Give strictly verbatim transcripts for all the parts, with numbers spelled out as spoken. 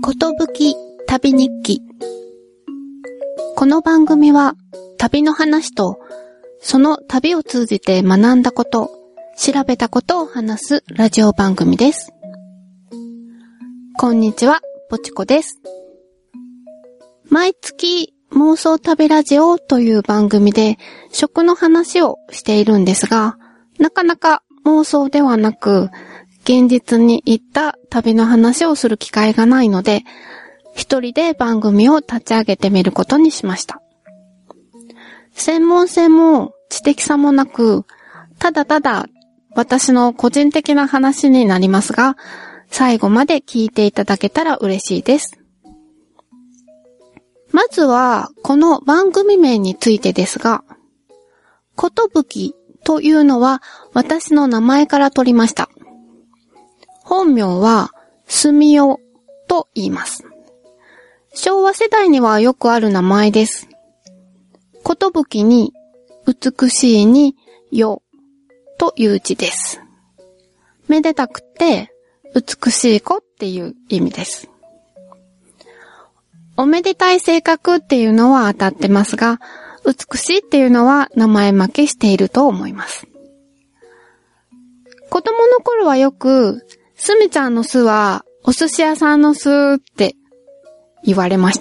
ことぶき旅日記。この番組は旅の話とその旅を通じて学んだこと、調べたことを話すラジオ番組です。こんにちは、ぽちこです。毎月妄想旅ラジオという番組で食の話をしているんですが、なかなか妄想ではなく現実に行った旅の話をする機会がないので、一人で番組を立ち上げてみることにしました。専門性も知的さもなく、ただただ私の個人的な話になりますが、最後まで聞いていただけたら嬉しいです。まずはこの番組名についてですが、ことぶきというのは私の名前から取りました。本名はすみよと言います。昭和世代にはよくある名前です。ことぶきに美しいによという字です。めでたくて美しい子っていう意味です。おめでたい性格っていうのは当たってますが、美しいっていうのは名前負けしていると思います。子供の頃はよくすみちゃんのすはお寿司屋さんのすって言われました。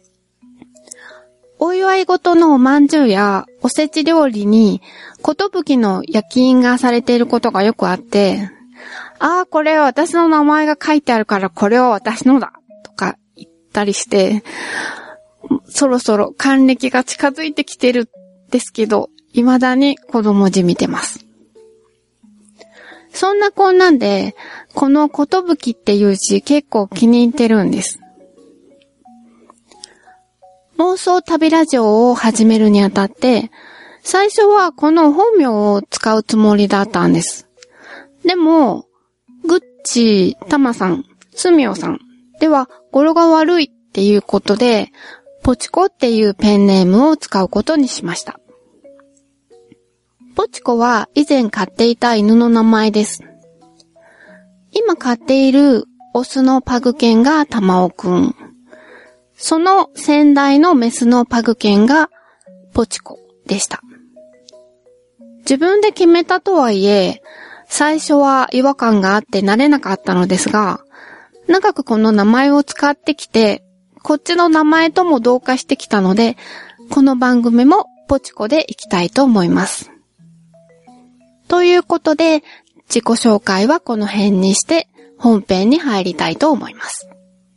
お祝い事のおまんじゅうやおせち料理にことぶきの焼き印がされていることがよくあって、ああ、これは私の名前が書いてあるからこれは私のだとか言ったりして、そろそろ還暦が近づいてきてるんですけど、未だに子供字見てます。そんなこんなんで、このことぶきっていう字結構気に入ってるんです。妄想旅ラジオを始めるにあたって、最初はこの本名を使うつもりだったんです。でも、ぐっちー、たまさん、すみおさんでは語呂が悪いっていうことで、ぽちこっていうペンネームを使うことにしました。ぽちこは以前飼っていた犬の名前です。今飼っているオスのパグ犬がたまおくん。その先代のメスのパグ犬がぽちこでした。自分で決めたとはいえ、最初は違和感があって慣れなかったのですが、長くこの名前を使ってきて、こっちの名前とも同化してきたので、この番組もぽちこでいきたいと思います。ということで、自己紹介はこの辺にして本編に入りたいと思います。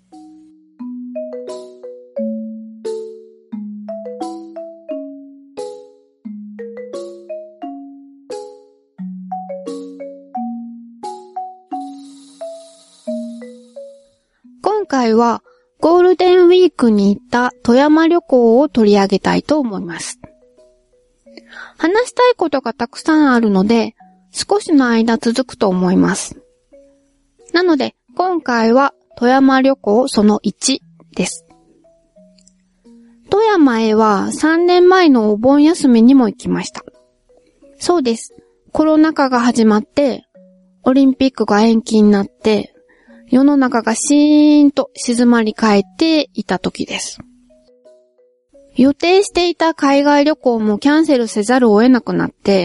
今回はゴールデンウィークに行った富山旅行を取り上げたいと思います。話したいことがたくさんあるので、少しの間続くと思います。なので、今回は富山旅行そのいちです。富山へはさんねんまえのお盆休みにも行きました。そうです。コロナ禍が始まって、オリンピックが延期になって、世の中がシーンと静まり返っていた時です。予定していた海外旅行もキャンセルせざるを得なくなって、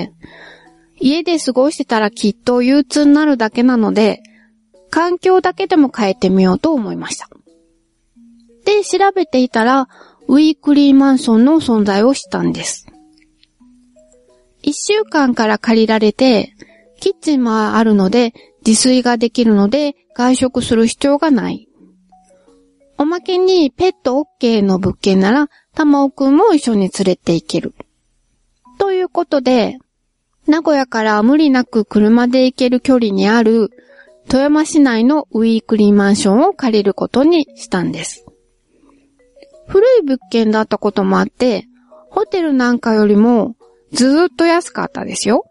家で過ごしてたらきっと憂鬱になるだけなので、環境だけでも変えてみようと思いました。で、調べていたら、ウィークリーマンションの存在を知ったんです。一週間から借りられて、キッチンもあるので、自炊ができるので、外食する必要がない。おまけにペット OK の物件なら、たまおくんも一緒に連れて行ける。ということで、名古屋から無理なく車で行ける距離にある富山市内のウィークリーマンションを借りることにしたんです。古い物件だったこともあって、ホテルなんかよりもずーっと安かったですよ。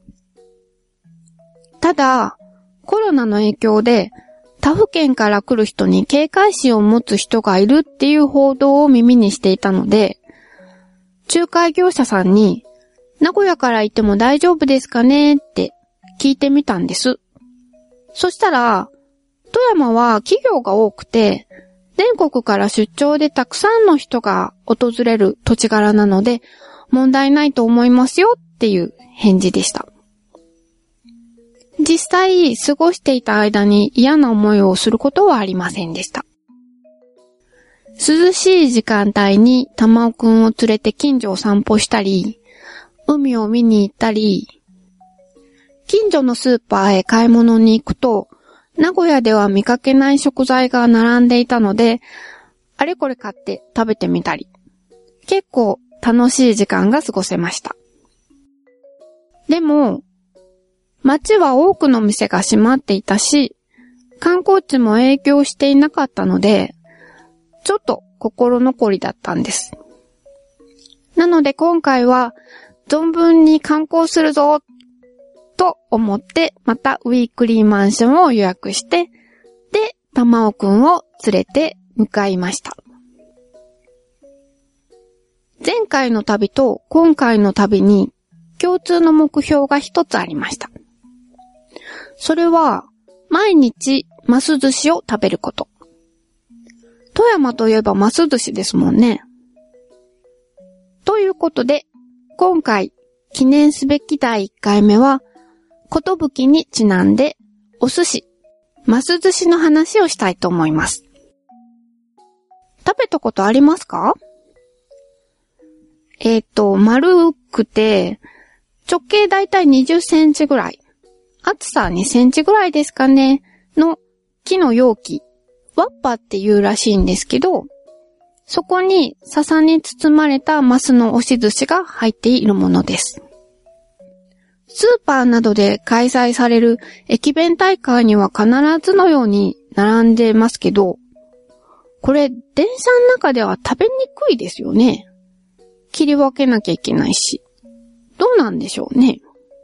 ただ、コロナの影響で他府県から来る人に警戒心を持つ人がいるっていう報道を耳にしていたので、仲介業者さんに名古屋から行っても大丈夫ですかねって聞いてみたんです。そしたら、富山は企業が多くて、 全国から出張でたくさんの人が訪れる土地柄なので、問題ないと思いますよっていう返事でした。実際、過ごしていた間に嫌な思いをすることはありませんでした。涼しい時間帯に玉尾くんを連れて近所を散歩したり、海を見に行ったり、近所のスーパーへ買い物に行くと、名古屋では見かけない食材が並んでいたので、あれこれ買って食べてみたり、結構楽しい時間が過ごせました。でも、街は多くの店が閉まっていたし、観光地も営業していなかったので、ちょっと心残りだったんです。なので今回は存分に観光するぞと思ってまたウィークリーマンションを予約して、で、玉尾くんを連れて向かいました。前回の旅と今回の旅に共通の目標が一つありました。それは毎日マス寿司を食べること。富山といえばマス寿司ですもんね。ということで、今回記念すべきだいいっかいめは、ことぶきにちなんでお寿司、マス寿司の話をしたいと思います。食べたことありますか？えっと、丸くて、直径だいたいにじゅっセンチぐらい、厚さにセンチぐらいですかね、の木の容器。ワッパっていうらしいんですけど、そこに笹に包まれたマスの押し寿司が入っているものです。スーパーなどで開催される駅弁大会には必ずのように並んでますけど、これ電車の中では食べにくいですよね。切り分けなきゃいけないし。どうなんでしょうね。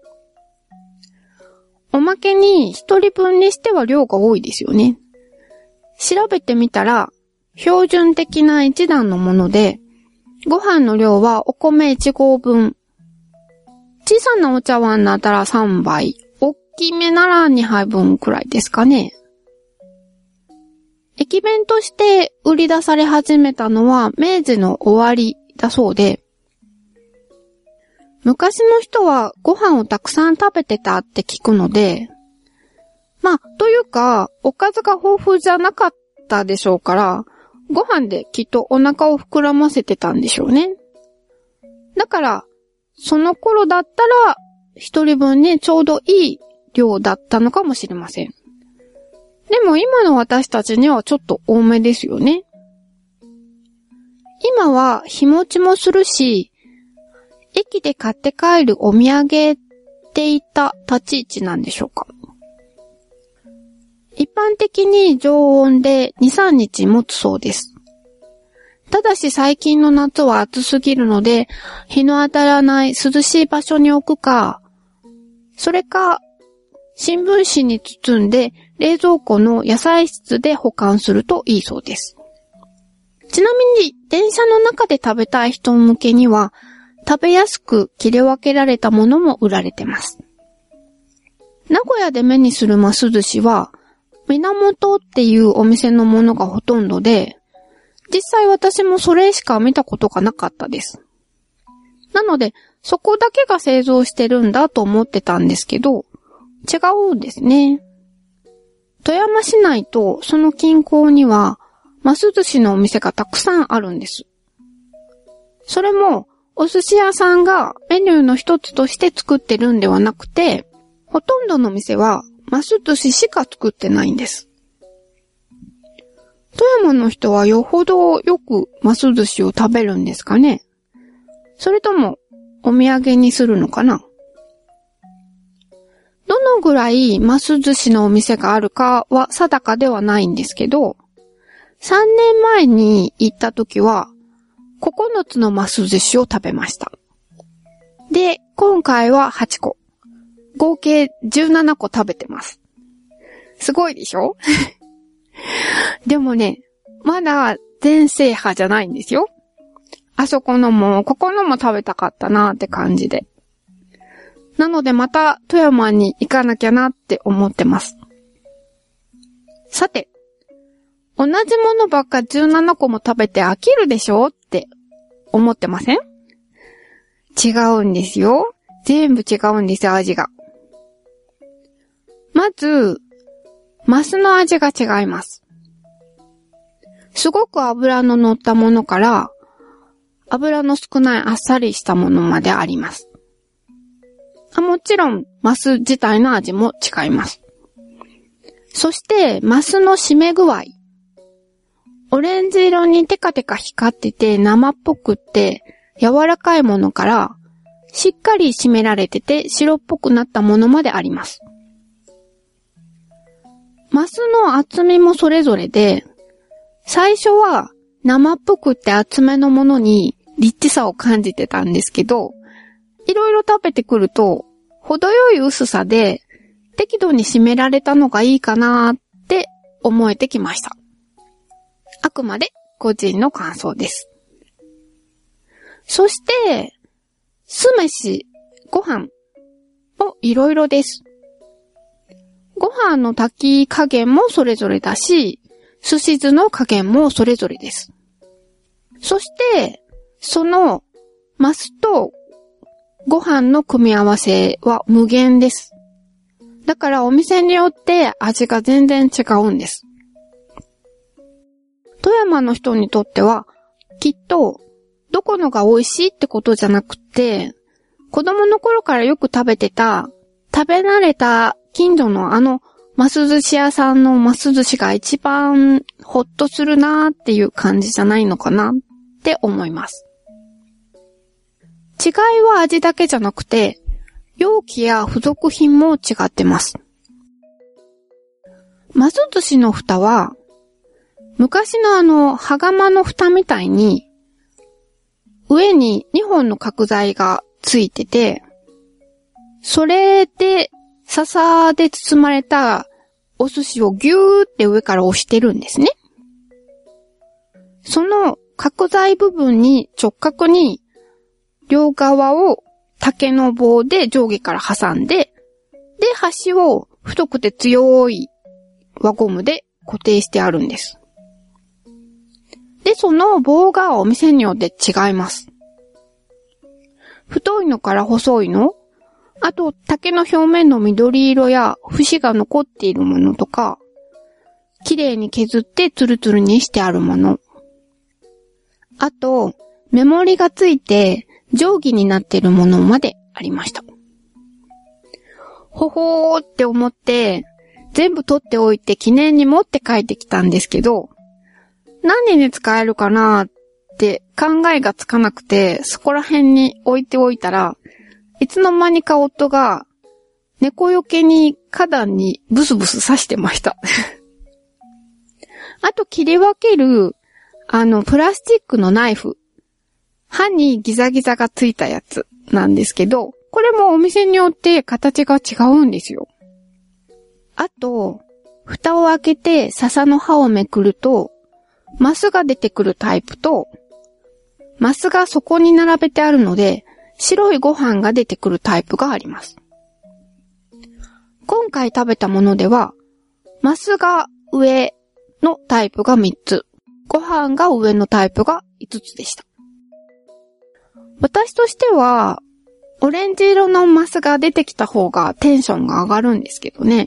おまけに一人分にしては量が多いですよね。調べてみたら、標準的な一段のもので、ご飯の量はお米いち合分。小さなお茶碗だったらさんばい、大きめならにはいぶんくらいですかね。駅弁として売り出され始めたのは明治の終わりだそうで、昔の人はご飯をたくさん食べてたって聞くので、まあ、というか、おかずが豊富じゃなかったでしょうから、ご飯できっとお腹を膨らませてたんでしょうね。だから、その頃だったら、一人分にちょうどいい量だったのかもしれません。でも今の私たちにはちょっと多めですよね。今は日持ちもするし、駅で買って帰るお土産っていった立ち位置なんでしょうか。一般的に常温でに、さんにち持つそうです。ただし最近の夏は暑すぎるので、日の当たらない涼しい場所に置くか、それか、新聞紙に包んで冷蔵庫の野菜室で保管するといいそうです。ちなみに電車の中で食べたい人向けには、食べやすく切り分けられたものも売られてます。名古屋で目にするマス寿司は、源っていうお店のものがほとんどで、実際私もそれしか見たことがなかったです。なので、そこだけが製造してるんだと思ってたんですけど、違うんですね。富山市内とその近郊には、マス寿司のお店がたくさんあるんです。それも、お寿司屋さんがメニューの一つとして作ってるんではなくて、ほとんどの店はマス寿司しか作ってないんです。富山の人はよほどよくマス寿司を食べるんですかね。それともお土産にするのかな。どのぐらいマス寿司のお店があるかは定かではないんですけど、さんねんまえに行った時はここのつのマス寿司を食べました。で、今回ははちこ。合計じゅうななこ食べてます。すごいでしょでもね、まだ全制覇じゃないんですよ。あそこのも、ここのも食べたかったなーって感じで。なのでまた富山に行かなきゃなって思ってます。さて、 同じものばっかじゅうななこも食べて飽きるでしょって思ってません？違うんですよ。全部違うんですよ、味が。まず、マスの味が違います。すごく脂の乗ったものから、脂の少ないあっさりしたものまであります。あ、もちろん、マス自体の味も違います。そして、マスの締め具合。オレンジ色にテカテカ光ってて生っぽくって柔らかいものから、しっかり締められてて白っぽくなったものまであります。マスの厚みもそれぞれで、最初は生っぽくって厚めのものにリッチさを感じてたんですけど、いろいろ食べてくると、程よい薄さで適度に締められたのがいいかなって思えてきました。あくまで個人の感想です。そして、酢飯、ご飯もいろいろです。ご飯の炊き加減もそれぞれだし、寿司酢の加減もそれぞれです。そして、そのマスとご飯の組み合わせは無限です。だからお店によって味が全然違うんです。富山の人にとっては、きっと、どこのが美味しいってことじゃなくて、子供の頃からよく食べてた、食べ慣れた近所のあの、マス寿司屋さんのマス寿司が一番ホッとするなーっていう感じじゃないのかなって思います。違いは味だけじゃなくて、容器や付属品も違ってます。マス寿司の蓋は、昔のあの、羽釜の蓋みたいに、上ににほんの角材がついてて、それで、笹で包まれたお寿司をギューって上から押してるんですね。その角材部分に直角に、両側を竹の棒で上下から挟んで、で、端を太くて強い輪ゴムで固定してあるんです。で、その棒がお店によって違います。太いのから細いの、あと竹の表面の緑色や節が残っているものとか、綺麗に削ってツルツルにしてあるもの。あと、メモリがついて定規になっているものまでありました。ほほーって思って、全部取っておいて記念に持って帰ってきたんですけど、何に使えるかなーって考えがつかなくて、そこら辺に置いておいたら、いつの間にか夫が猫よけに花壇にブスブス刺してました。あと切り分ける、あの、プラスチックのナイフ。刃にギザギザがついたやつなんですけど、これもお店によって形が違うんですよ。あと、蓋を開けて笹の葉をめくると、マスが出てくるタイプと、マスが底に並べてあるので、白いご飯が出てくるタイプがあります。今回食べたものでは、マスが上のタイプがみっつ、ご飯が上のタイプがいつつでした。私としては、オレンジ色のマスが出てきた方がテンションが上がるんですけどね。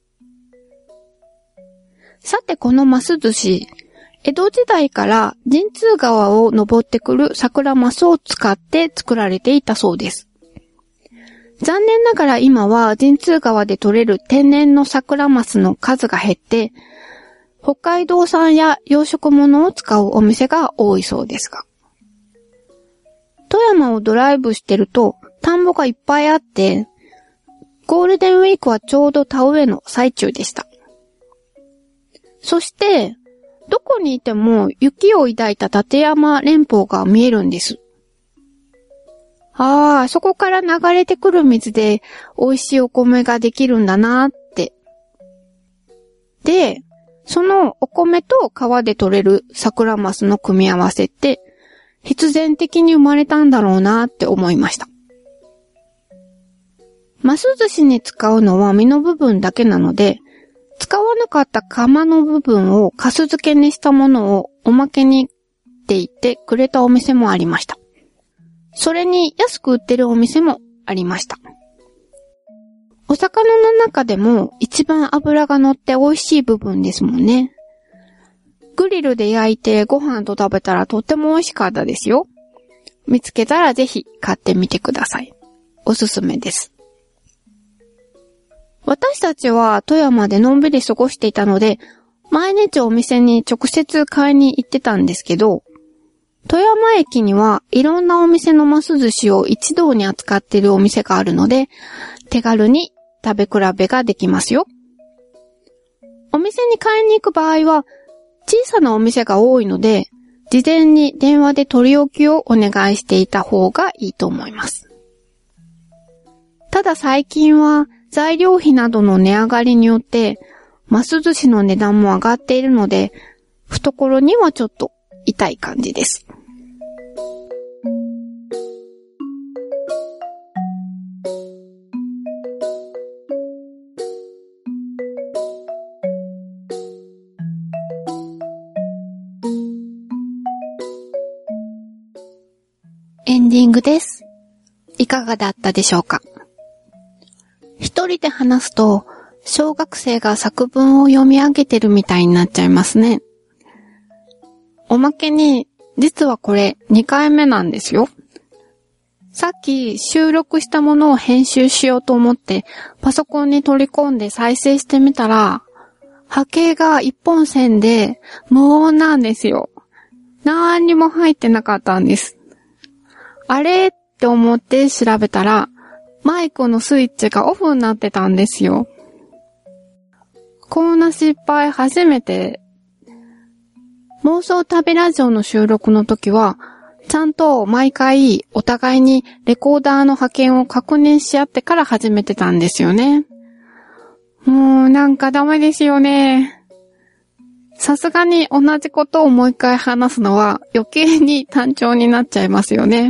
さてこのマス寿司、江戸時代から神通川を登ってくる桜マスを使って作られていたそうです。残念ながら今は神通川で採れる天然の桜マスの数が減って、北海道産や養殖物を使うお店が多いそうですが。富山をドライブしてると田んぼがいっぱいあって、ゴールデンウィークはちょうど田植えの最中でした。そして、どこにいても雪を抱いた立山連峰が見えるんです。ああ、そこから流れてくる水で美味しいお米ができるんだなーって。で、そのお米と川で採れる桜マスの組み合わせって、必然的に生まれたんだろうなーって思いました。マス寿司に使うのは身の部分だけなので、 使わなかった釜の部分を粕漬けにしたものをおまけにって言ってくれたお店もありました。それに安く売ってるお店もありました。お魚の中でも一番脂が乗って美味しい部分ですもんね。グリルで焼いてご飯と食べたらとっても美味しかったですよ。見つけたらぜひ買ってみてください。おすすめです。私たちは富山でのんびり過ごしていたので、毎日お店に直接買いに行ってたんですけど、富山駅にはいろんなお店のマス寿司を一堂に扱っているお店があるので、手軽に食べ比べができますよ。お店に買いに行く場合は、小さなお店が多いので、事前に電話で取り置きをお願いしていた方がいいと思います。ただ最近は材料費などの値上がりによって、マス寿司の値段も上がっているので、懐にはちょっと痛い感じです。エンディングです。いかがだったでしょうか？一人で話すと、小学生が作文を読み上げてるみたいになっちゃいますね。おまけに、実はこれにかいめなんですよ。さっき収録したものを編集しようと思ってパソコンに取り込んで再生してみたら、波形が一本線で無音なんですよ。何にも入ってなかったんです。あれって思って調べたら、マイクのスイッチがオフになってたんですよ。こんな失敗初めて。妄想旅ラジオの収録の時は、ちゃんと毎回お互いにレコーダーの波形を確認し合ってから始めてたんですよね。もうなんかダメですよね。さすがに同じことをもう一回話すのは余計に単調になっちゃいますよね。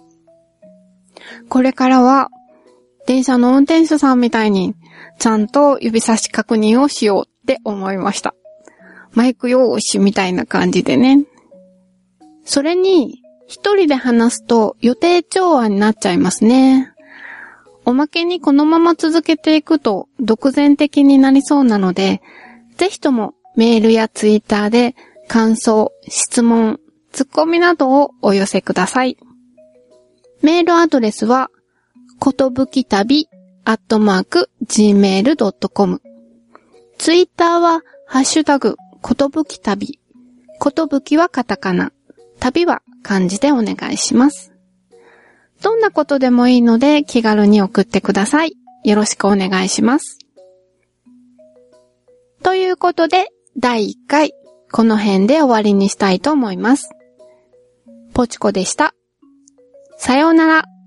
これからは電車の運転手さんみたいにちゃんと指差し確認をしようって思いました。マイク用紙みたいな感じでね。それに一人で話すと予定調和になっちゃいますね。おまけにこのまま続けていくと独善的になりそうなので、ぜひともメールやツイッターで感想、質問、ツッコミなどをお寄せください。メールアドレスは、ことぶき旅アットマーク ジーメールドットコム。ツイッターは、ハッシュタグ、ことぶき旅。ことぶきはカタカナ。旅は漢字でお願いします。どんなことでもいいので気軽に送ってください。よろしくお願いします。ということで、だいいっかい、この辺で終わりにしたいと思います。ポチコでした。さようなら。